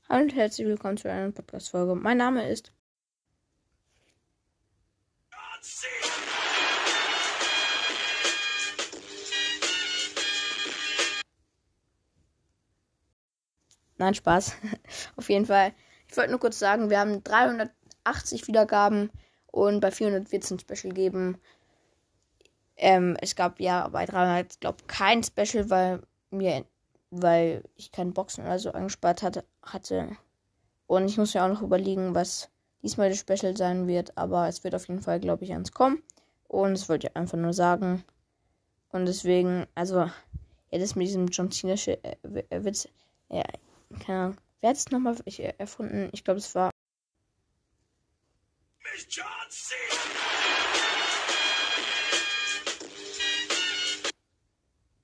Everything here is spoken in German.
Hallo und herzlich willkommen zu einer Podcast-Folge. Mein Name ist. Nein, Spaß. Auf jeden Fall. Ich wollte nur kurz sagen, wir haben 380 Wiedergaben und bei 400 wird es ein Special geben. Es gab ja bei 300, glaube ich, kein Special, weil ich keine Boxen oder so angespart hatte. Und ich muss mir auch noch überlegen, was diesmal das Special sein wird. Aber es wird auf jeden Fall, glaube ich, eins kommen. Und das wollte ich einfach nur sagen. Und deswegen, also, ja, das mit diesem John Cena-Witz, ja, keine Ahnung. Wer hat es nochmal erfunden? Ich glaube, es war. John Cena!